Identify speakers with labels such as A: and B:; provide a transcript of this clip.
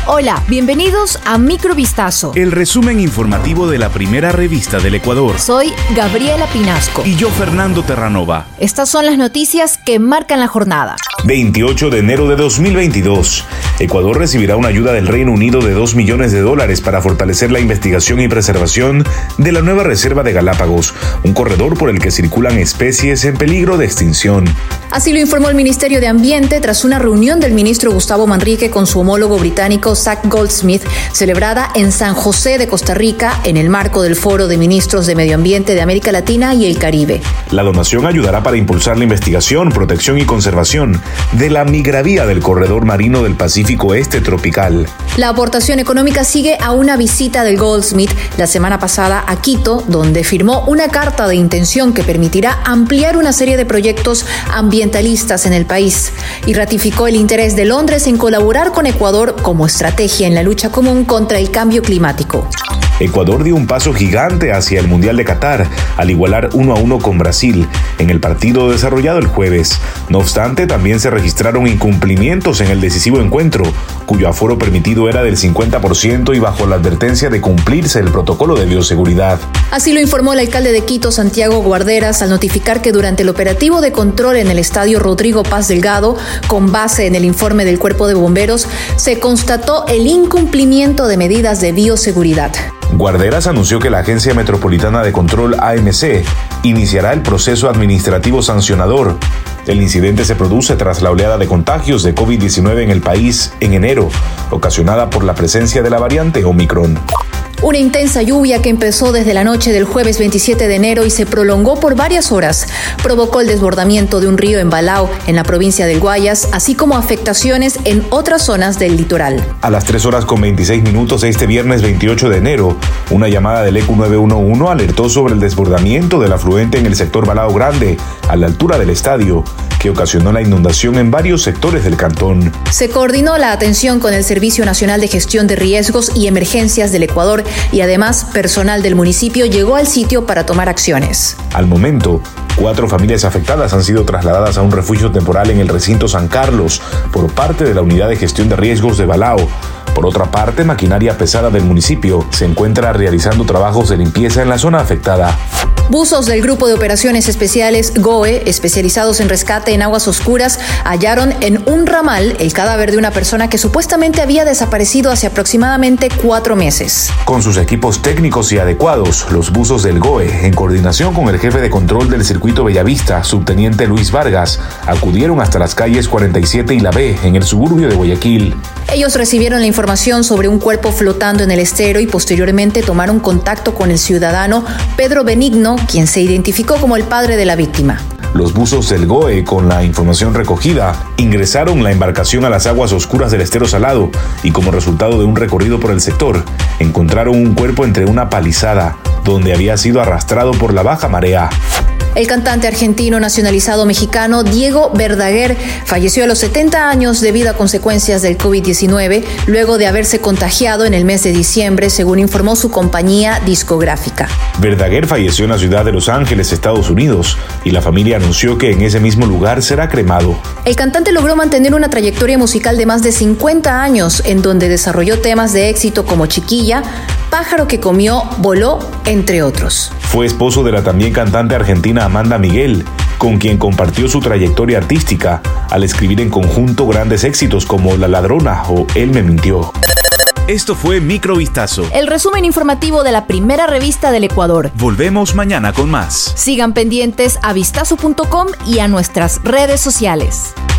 A: Hola, bienvenidos a Microvistazo,
B: el resumen informativo de la primera revista del Ecuador.
A: Soy Gabriela Pinasco.
B: Y yo, Fernando Terranova.
A: Estas son las noticias que marcan la jornada.
C: 28 de enero de 2022. Ecuador recibirá una ayuda del Reino Unido de $2 millones para fortalecer la investigación y preservación de la nueva reserva de Galápagos, un corredor por el que circulan especies en peligro de extinción.
A: Así lo informó el Ministerio de Ambiente tras una reunión del ministro Gustavo Manrique con su homólogo británico Zach Goldsmith, celebrada en San José de Costa Rica en el marco del Foro de Ministros de Medio Ambiente de América Latina y el Caribe.
C: La donación ayudará para impulsar la investigación, protección y conservación de la migravía del corredor marino del Pacífico Este tropical.
A: La aportación económica sigue a una visita del Goldsmith la semana pasada a Quito, donde firmó una carta de intención que permitirá ampliar una serie de proyectos ambientalistas en el país y ratificó el interés de Londres en colaborar con Ecuador como estrategia en la lucha común contra el cambio climático.
C: Ecuador dio un paso gigante hacia el Mundial de Qatar al igualar 1-1 con Brasil en el partido desarrollado el jueves. No obstante, también se registraron incumplimientos en el decisivo encuentro, cuyo aforo permitido era del 50% y bajo la advertencia de cumplirse el protocolo de bioseguridad.
A: Así lo informó el alcalde de Quito, Santiago Guarderas, al notificar que durante el operativo de control en el estadio Rodrigo Paz Delgado, con base en el informe del Cuerpo de Bomberos, se constató el incumplimiento de medidas de bioseguridad.
C: Guarderas anunció que la Agencia Metropolitana de Control AMC iniciará el proceso administrativo sancionador. El incidente se produce tras la oleada de contagios de COVID-19 en el país en enero, ocasionada por la presencia de la variante Omicron.
A: Una intensa lluvia que empezó desde la noche del jueves 27 de enero y se prolongó por varias horas provocó el desbordamiento de un río en Balao, en la provincia del Guayas, así como afectaciones en otras zonas del litoral.
C: A las 3:26 este viernes 28 de enero, una llamada del ECU 911 alertó sobre el desbordamiento del afluente en el sector Balao Grande, a la altura del estadio, que ocasionó la inundación en varios sectores del cantón.
A: Se coordinó la atención con el Servicio Nacional de Gestión de Riesgos y Emergencias del Ecuador y además personal del municipio llegó al sitio para tomar acciones.
C: Al momento, 4 familias afectadas han sido trasladadas a un refugio temporal en el recinto San Carlos por parte de la Unidad de Gestión de Riesgos de Balao. Por otra parte, maquinaria pesada del municipio se encuentra realizando trabajos de limpieza en la zona afectada.
A: Buzos del Grupo de Operaciones Especiales GOE, especializados en rescate en aguas oscuras, hallaron en un ramal el cadáver de una persona que supuestamente había desaparecido hace aproximadamente 4 meses.
C: Con sus equipos técnicos y adecuados, los buzos del GOE, en coordinación con el jefe de control del circuito Bellavista, subteniente Luis Vargas, acudieron hasta las calles 47 y La B, en el suburbio de Guayaquil.
A: Ellos recibieron la información sobre un cuerpo flotando en el estero y posteriormente tomaron contacto con el ciudadano Pedro Benigno, quien se identificó como el padre de la víctima.
C: Los buzos del GOE, con la información recogida, ingresaron la embarcación a las aguas oscuras del estero Salado y como resultado de un recorrido por el sector, encontraron un cuerpo entre una palizada, donde había sido arrastrado por la baja marea.
A: El cantante argentino nacionalizado mexicano Diego Verdaguer falleció a los 70 años debido a consecuencias del COVID-19 luego de haberse contagiado en el mes de diciembre, según informó su compañía discográfica.
C: Verdaguer falleció en la ciudad de Los Ángeles, Estados Unidos, y la familia anunció que en ese mismo lugar será cremado.
A: El cantante logró mantener una trayectoria musical de más de 50 años, en donde desarrolló temas de éxito como Chiquilla, Pájaro que comió, Voló, entre otros.
C: Fue esposo de la también cantante argentina Amanda Miguel, con quien compartió su trayectoria artística al escribir en conjunto grandes éxitos como La Ladrona o Él me mintió.
B: Esto fue Microvistazo,
A: el resumen informativo de la primera revista del Ecuador.
B: Volvemos mañana con más.
A: Sigan pendientes a vistazo.com y a nuestras redes sociales.